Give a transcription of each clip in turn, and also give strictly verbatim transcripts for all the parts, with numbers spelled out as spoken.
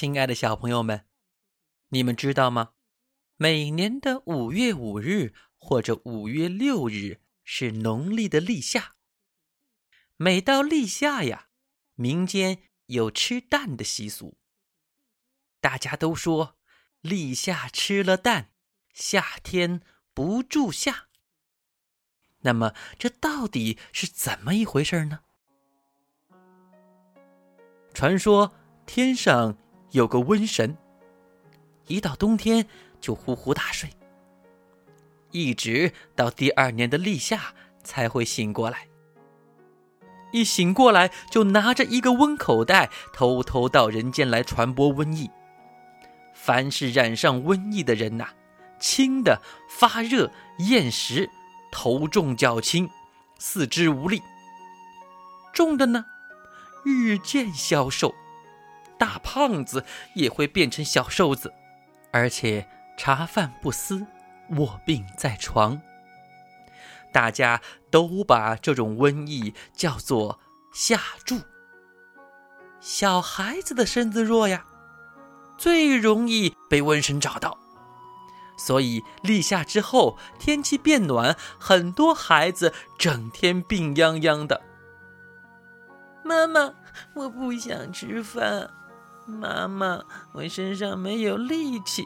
亲爱的小朋友们，你们知道吗？每年的五月五日或者五月六日是农历的立夏。每到立夏呀，民间有吃蛋的习俗。大家都说立夏吃了蛋，夏天不住夏。那么这到底是怎么一回事呢？传说天上有个瘟神，一到冬天就呼呼大睡，一直到第二年的立夏才会醒过来。一醒过来就拿着一个瘟口袋，偷偷到人间来传播瘟疫。凡是染上瘟疫的人呐、啊，轻的发热、厌食、头重脚轻、四肢无力；重的呢，日渐消瘦，大胖子也会变成小瘦子，而且茶饭不思，卧病在床。大家都把这种瘟疫叫做夏蛀。小孩子的身子弱呀，最容易被瘟神找到，所以立夏之后天气变暖，很多孩子整天病殃殃的。 妈妈，我不想吃饭。妈妈，我身上没有力气。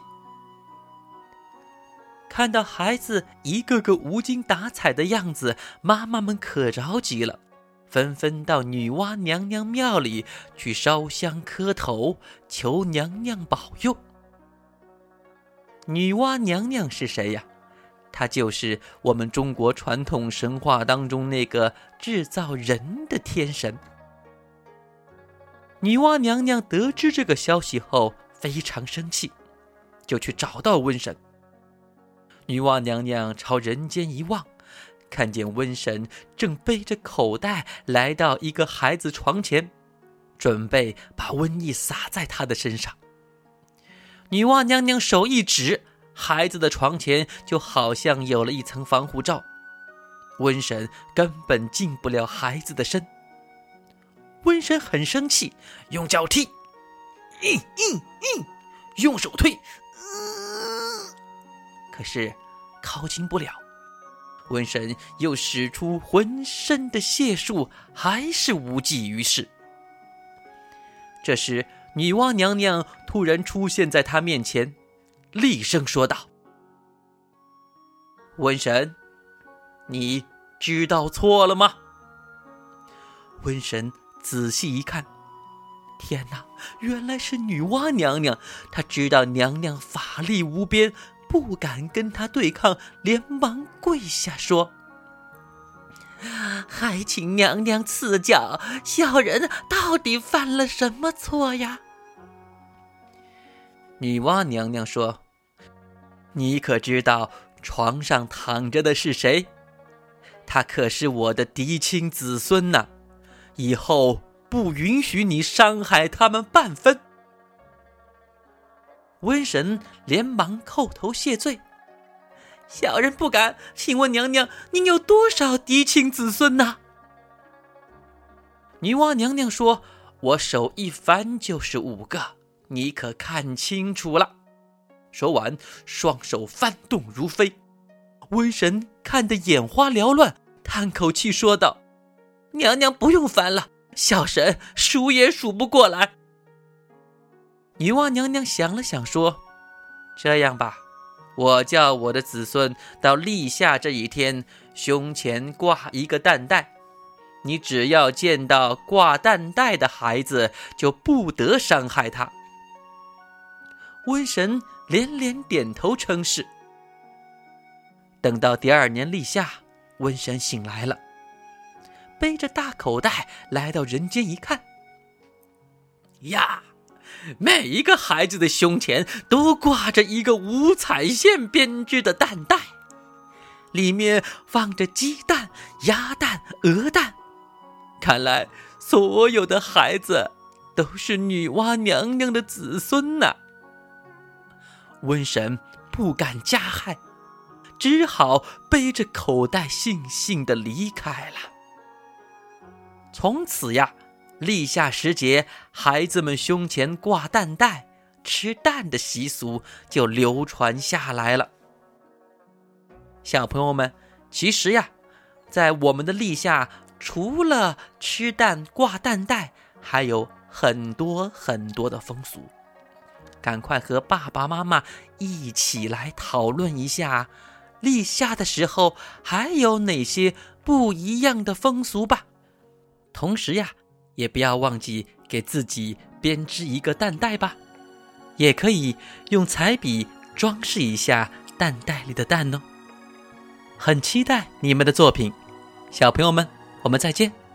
看到孩子一个个无精打采的样子，妈妈们可着急了，纷纷到女娲娘娘庙里去烧香磕头，求娘娘保佑。女娲娘娘是谁呀？她就是我们中国传统神话当中那个制造人的天神。女娲娘娘得知这个消息后非常生气，就去找到瘟神。女娲娘娘朝人间一望，看见瘟神正背着口袋来到一个孩子床前，准备把瘟疫撒在他的身上。女娲娘娘手一指，孩子的床前就好像有了一层防护罩，瘟神根本进不了孩子的身。瘟神很生气，用脚踢，嗯嗯嗯，用手推，嗯，可是靠近不了。瘟神又使出浑身的解数，还是无济于事。这时女娲娘娘突然出现在他面前，厉声说道：瘟神，你知道错了吗？瘟神仔细一看，天哪，原来是女娲娘娘。她知道娘娘法力无边，不敢跟她对抗，连忙跪下说： 还请娘娘赐教，小人到底犯了什么错呀？ 女娲娘娘说：你可知道床上躺着的是谁？他可是我的嫡亲子孙呐、啊，以后不允许你伤害他们半分。瘟神连忙叩头谢罪： 小人不敢，请问娘娘，您有多少嫡亲子孙呢？ 女娲娘娘说：我手一翻就是五个，你可看清楚了。说完，双手翻动如飞。瘟神看得眼花缭乱，叹口气说道： 娘娘不用翻了，小神数也数不过来。 女娲娘娘想了想说：这样吧，我叫我的子孙到立夏这一天胸前挂一个蛋袋，你只要见到挂蛋袋的孩子，就不得伤害他。瘟神连连点头称是。等到第二年立夏，瘟神醒来了，背着大口袋来到人间一看，呀，每一个孩子的胸前都挂着一个五彩线编织的蛋袋，里面放着鸡蛋、鸭蛋、鹅蛋。看来所有的孩子都是女娲娘娘的子孙呐、啊。瘟神不敢加害，只好背着口袋悻悻地离开了。从此呀， 立夏时节，孩子们胸前挂蛋袋，吃蛋的习俗就流传下来了。小朋友们，其实呀，在我们的立夏，除了吃蛋挂蛋袋，还有很多很多的风俗。赶快和爸爸妈妈一起来讨论一下，立夏的时候还有哪些不一样的风俗吧。同时呀，也不要忘记给自己编织一个蛋袋吧，也可以用彩笔装饰一下蛋袋里的蛋哦。很期待你们的作品，小朋友们，我们再见。